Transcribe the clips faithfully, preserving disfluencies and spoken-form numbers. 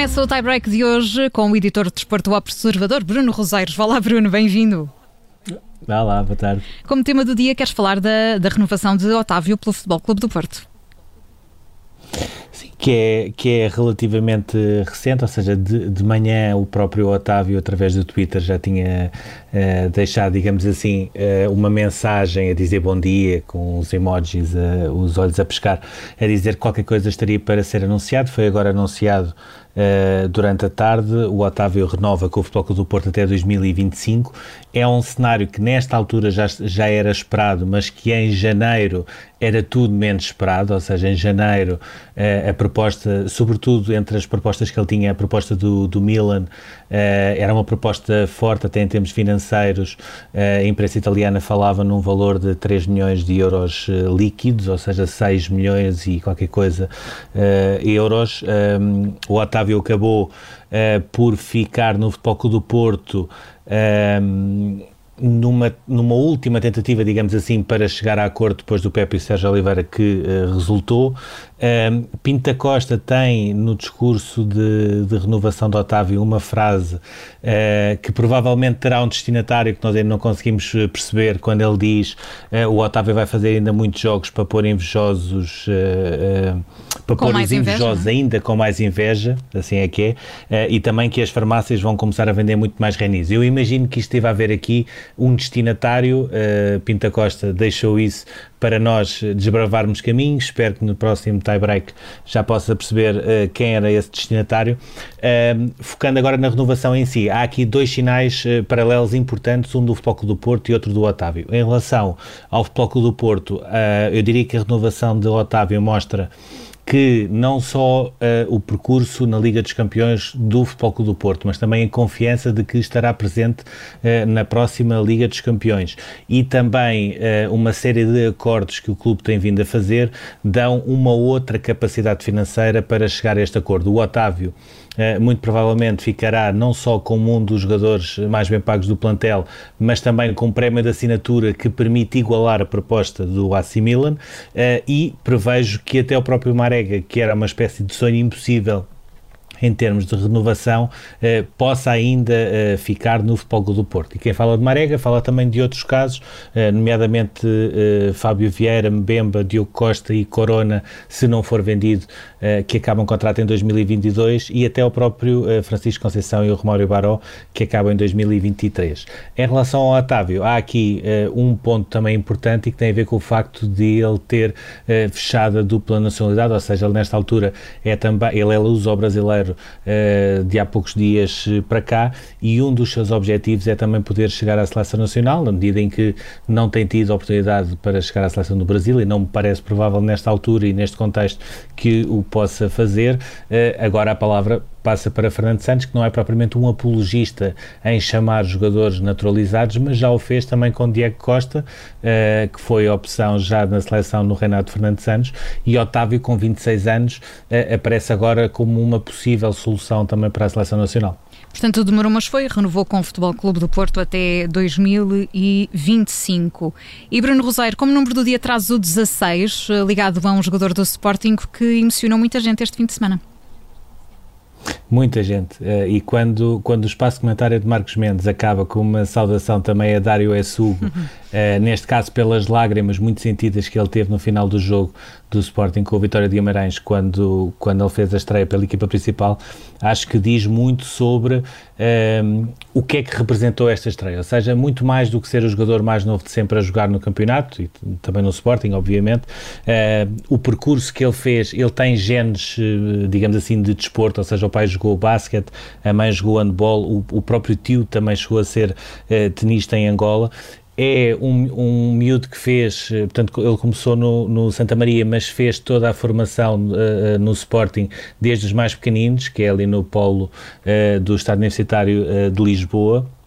Começa o tie-break de hoje com o editor de desporto Observador, Bruno Roseiros. Olá, Bruno, bem-vindo. Olá, boa tarde. Como tema do dia, queres falar da, da renovação de Otávio pelo Futebol Clube do Porto? Sim, que é, que é relativamente recente, ou seja, de, de manhã o próprio Otávio, através do Twitter, já tinha uh, deixado, digamos assim, uh, uma mensagem a dizer bom dia, com os emojis, uh, os olhos a pescar, a dizer que qualquer coisa estaria para ser anunciado. Foi agora anunciado Uh, durante a tarde. O Otávio renova com o Futebol Clube do Porto até dois mil e vinte e cinco. É um cenário que nesta altura já, já era esperado, mas que em janeiro era tudo menos esperado, ou seja, em janeiro uh, a proposta, sobretudo entre as propostas que ele tinha, a proposta do, do Milan, uh, era uma proposta forte até em termos financeiros. Uh, a imprensa italiana falava num valor de três milhões de euros uh, líquidos, ou seja, seis milhões e qualquer coisa uh, euros. Um, o Otávio acabou uh, por ficar no Futebol Clube do Porto uh, numa, numa última tentativa, digamos assim, para chegar a acordo depois do Pepe e Sérgio Oliveira, que uh, resultou. Uh, Pinto da Costa tem no discurso de, de renovação de Otávio uma frase uh, que provavelmente terá um destinatário que nós ainda não conseguimos perceber, quando ele diz uh, o Otávio vai fazer ainda muitos jogos para pôr invejosos uh, uh, para com pôr mais os invejosos inveja, ainda com mais inveja, assim é que é, uh, e também que as farmácias vão começar a vender muito mais Renis. Eu imagino que isto teve a haver aqui um destinatário. uh, Pinto da Costa deixou isso para nós desbravarmos caminhos. Espero que no próximo tie-break já possa perceber uh, quem era esse destinatário. Uh, focando agora na renovação em si, há aqui dois sinais uh, paralelos importantes, um do Futebol Clube do Porto e outro do Otávio. Em relação ao Futebol Clube do Porto, uh, eu diria que a renovação de Otávio mostra que não só uh, o percurso na Liga dos Campeões do Futebol Clube do Porto, mas também a confiança de que estará presente uh, na próxima Liga dos Campeões, e também uh, uma série de acordos que o clube tem vindo a fazer, dão uma outra capacidade financeira para chegar a este acordo. O Otávio Uh, muito provavelmente ficará não só como um dos jogadores mais bem pagos do plantel, mas também com um prémio de assinatura que permite igualar a proposta do A C Milan, uh, e prevejo que até o próprio Marega, que era uma espécie de sonho impossível em termos de renovação, eh, possa ainda eh, ficar no Futebol Clube do Porto. E quem fala de Marega fala também de outros casos, eh, nomeadamente eh, Fábio Vieira, Mbemba, Diogo Costa e Corona, se não for vendido, eh, que acabam o contrato em dois mil e vinte e dois, e até o próprio eh, Francisco Conceição e o Romário Baró, que acabam em dois mil e vinte e três. Em relação ao Otávio, há aqui eh, um ponto também importante e que tem a ver com o facto de ele ter eh, fechado a dupla nacionalidade, ou seja, ele nesta altura é também, ele é luso-brasileiro Uh, de há poucos dias uh, para cá, e um dos seus objetivos é também poder chegar à Seleção Nacional, na medida em que não tem tido oportunidade para chegar à Seleção do Brasil, e não me parece provável nesta altura e neste contexto que o possa fazer. Uh, agora a palavra passa para Fernando Santos, que não é propriamente um apologista em chamar jogadores naturalizados, mas já o fez também com Diego Costa, uh, que foi a opção já na seleção no reinado de Fernando Santos, e Otávio, com vinte e seis anos, uh, aparece agora como uma possível solução também para a Seleção Nacional. Portanto, demorou, mas foi, renovou com o Futebol Clube do Porto até dois mil e vinte e cinco. E Bruno Roseiro, como número do dia traz o dezasseis, ligado a um jogador do Sporting que emocionou muita gente este fim de semana. Muita gente, uh, e quando, quando o espaço de comentário de Marcos Mendes acaba com uma saudação também a Dário Essugo, uhum. uh, neste caso pelas lágrimas muito sentidas que ele teve no final do jogo do Sporting com o Vitória de Guimarães, quando, quando ele fez a estreia pela equipa principal, acho que diz muito sobre uh, o que é que representou esta estreia, ou seja, muito mais do que ser o jogador mais novo de sempre a jogar no campeonato, e também no Sporting, obviamente, uh, o percurso que ele fez. Ele tem genes, uh, digamos assim, de desporto, ou seja, o pai jogou basquete, a mãe jogou handball, o, o próprio tio também chegou a ser uh, tenista em Angola. É um, um miúdo que fez, portanto, ele começou no, no Santa Maria, mas fez toda a formação uh, no Sporting desde os mais pequeninos, que é ali no polo uh, do Estádio Universitário uh, de Lisboa.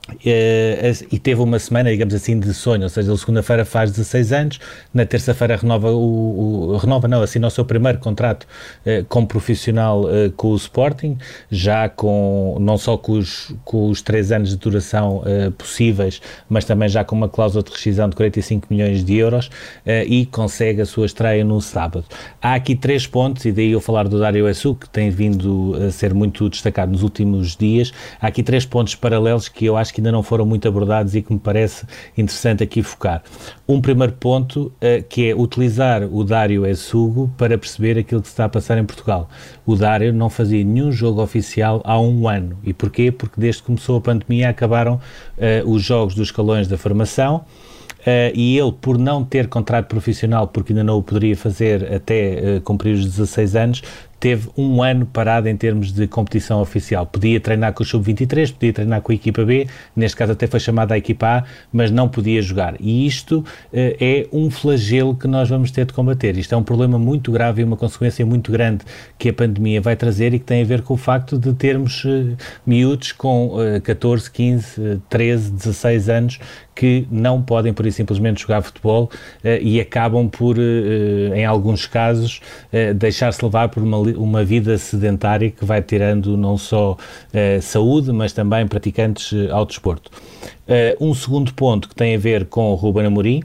Uh, e teve uma semana, digamos assim, de sonho, ou seja, ele segunda-feira faz dezasseis anos, na terça-feira renova o, o renova não, assina o seu primeiro contrato uh, como profissional uh, com o Sporting, já com, não só com os, com os três anos de duração uh, possíveis, mas também já com uma cláusula de rescisão de quarenta e cinco milhões de euros, uh, e consegue a sua estreia no sábado. Há aqui três pontos, e daí eu falar do Dário Uesugo, que tem vindo a ser muito destacado nos últimos dias. Há aqui três pontos paralelos que eu acho que ainda não foram muito abordados e que me parece interessante aqui focar. Um primeiro ponto, uh, que é utilizar o Dário Uesugo para perceber aquilo que se está a passar em Portugal. O Dário não fazia nenhum jogo oficial há um ano. E porquê? Porque desde que começou a pandemia acabaram uh, os jogos dos escalões da formação. Uh, e ele, por não ter contrato profissional, porque ainda não o poderia fazer até uh, cumprir os dezasseis anos, teve um ano parado em termos de competição oficial. Podia treinar com o sub vinte e três, podia treinar com a equipa B, neste caso até foi chamada a equipa A, mas não podia jogar. E isto uh, é um flagelo que nós vamos ter de combater. Isto é um problema muito grave e uma consequência muito grande que a pandemia vai trazer e que tem a ver com o facto de termos uh, miúdos com uh, catorze, quinze, treze, dezasseis anos que não podem, por isso, simplesmente jogar futebol uh, e acabam por, uh, em alguns casos, uh, deixar-se levar por uma, uma vida sedentária que vai tirando não só uh, saúde, mas também praticantes uh, ao desporto. Uh, um segundo ponto que tem a ver com o Ruben Amorim.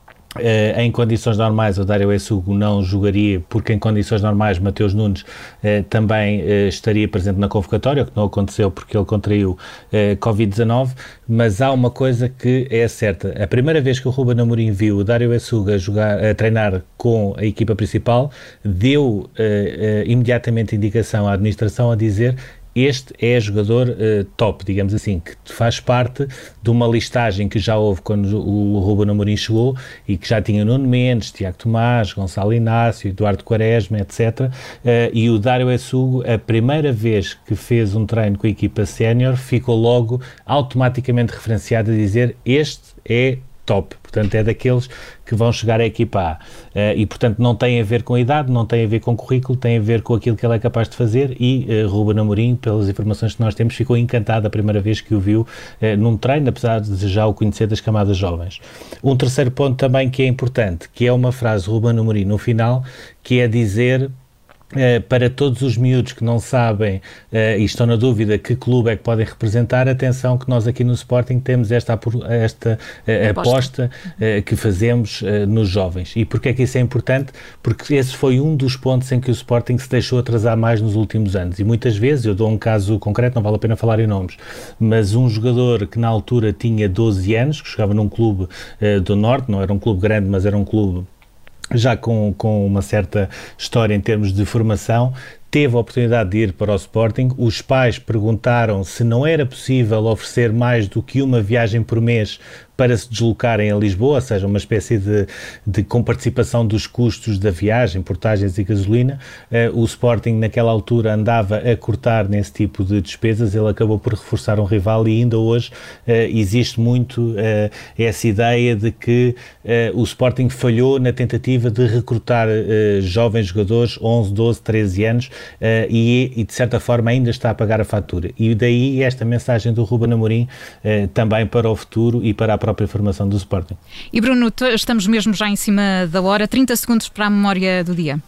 Uh, em condições normais o Dário Uesugo não jogaria, porque em condições normais Mateus Nunes uh, também uh, estaria presente na convocatória, o que não aconteceu porque ele contraiu uh, covid dezanove, mas há uma coisa que é certa. A primeira vez que o Ruben Amorim viu o Dário Uesugo a, jogar, a treinar com a equipa principal, deu uh, uh, imediatamente indicação à administração a dizer: este é jogador uh, top, digamos assim, que faz parte de uma listagem que já houve quando o Ruben Amorim chegou e que já tinha Nuno Mendes, Tiago Tomás, Gonçalo Inácio, Eduardo Quaresma, etcétera. Uh, e o Dário Uesugo, a primeira vez que fez um treino com a equipa sénior, ficou logo automaticamente referenciado a dizer: este é top, portanto é daqueles que vão chegar à equipa A. Uh, e portanto não tem a ver com a idade, não tem a ver com o currículo, tem a ver com aquilo que ele é capaz de fazer. E uh, Ruben Amorim, pelas informações que nós temos, ficou encantado a primeira vez que o viu uh, num treino, apesar de já o conhecer das camadas jovens. Um terceiro ponto também que é importante, que é uma frase de Ruben Amorim no final, que é dizer: Uh, para todos os miúdos que não sabem uh, e estão na dúvida que clube é que podem representar, atenção que nós aqui no Sporting temos esta, esta uh, aposta uh, que fazemos uh, nos jovens. E porquê é que isso é importante? Porque esse foi um dos pontos em que o Sporting se deixou atrasar mais nos últimos anos. E muitas vezes, eu dou um caso concreto, não vale a pena falar em nomes, mas um jogador que na altura tinha doze anos, que jogava num clube uh, do Norte, não era um clube grande, mas era um clube já com, com uma certa história em termos de formação, teve a oportunidade de ir para o Sporting. Os pais perguntaram se não era possível oferecer mais do que uma viagem por mês para se deslocarem a Lisboa, ou seja, uma espécie de, de comparticipação dos custos da viagem, portagens e gasolina. Uh, o Sporting naquela altura andava a cortar nesse tipo de despesas, ele acabou por reforçar um rival e ainda hoje uh, existe muito uh, essa ideia de que uh, o Sporting falhou na tentativa de recrutar uh, jovens jogadores, onze, doze, treze anos, uh, e, e de certa forma ainda está a pagar a fatura. E daí esta mensagem do Ruben Amorim uh, também para o futuro e para a própria formação do Sporting. E Bruno, estamos mesmo já em cima da hora, trinta segundos para a memória do dia.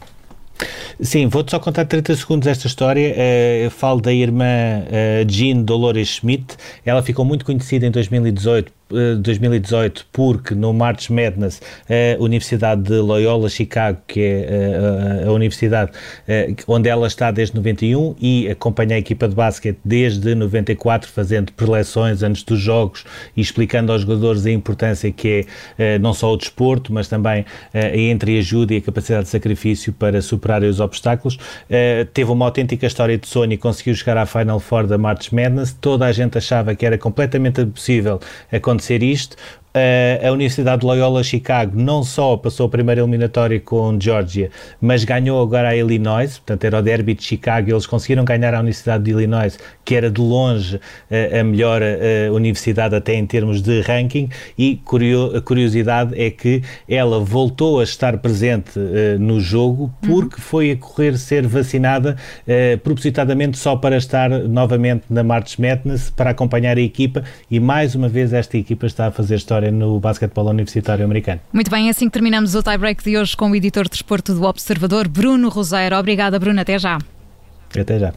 Sim, vou-te só contar trinta segundos esta história. Uh, falo da irmã uh, Jean Dolores Schmidt. Ela ficou muito conhecida em dois mil e dezoito dois mil e dezoito porque no March Madness a Universidade de Loyola Chicago, que é a, a, a universidade onde ela está desde noventa e um e acompanha a equipa de basquete desde noventa e quatro, fazendo preleções antes dos jogos e explicando aos jogadores a importância que é não só o desporto, mas também a entreajuda e a capacidade de sacrifício para superar os obstáculos. Teve uma autêntica história de sonho e conseguiu chegar à Final Four da March Madness. Toda a gente achava que era completamente impossível acontecer isto. a Universidade de Loyola Chicago não só passou a primeira eliminatória com Geórgia, mas ganhou agora a Illinois, portanto era o derby de Chicago, eles conseguiram ganhar a Universidade de Illinois, que era de longe a, a melhor a, universidade até em termos de ranking, e curio, a curiosidade é que ela voltou a estar presente uh, no jogo porque uhum. foi a correr ser vacinada uh, propositadamente só para estar novamente na March Madness, para acompanhar a equipa, e mais uma vez esta equipa está a fazer história no basquetebol universitário americano. Muito bem, assim que terminamos o tie-break de hoje com o editor de desporto do Observador, Bruno Roseiro. Obrigada, Bruno, até já. Até já.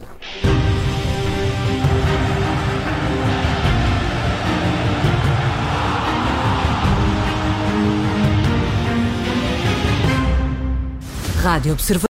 Rádio Observador.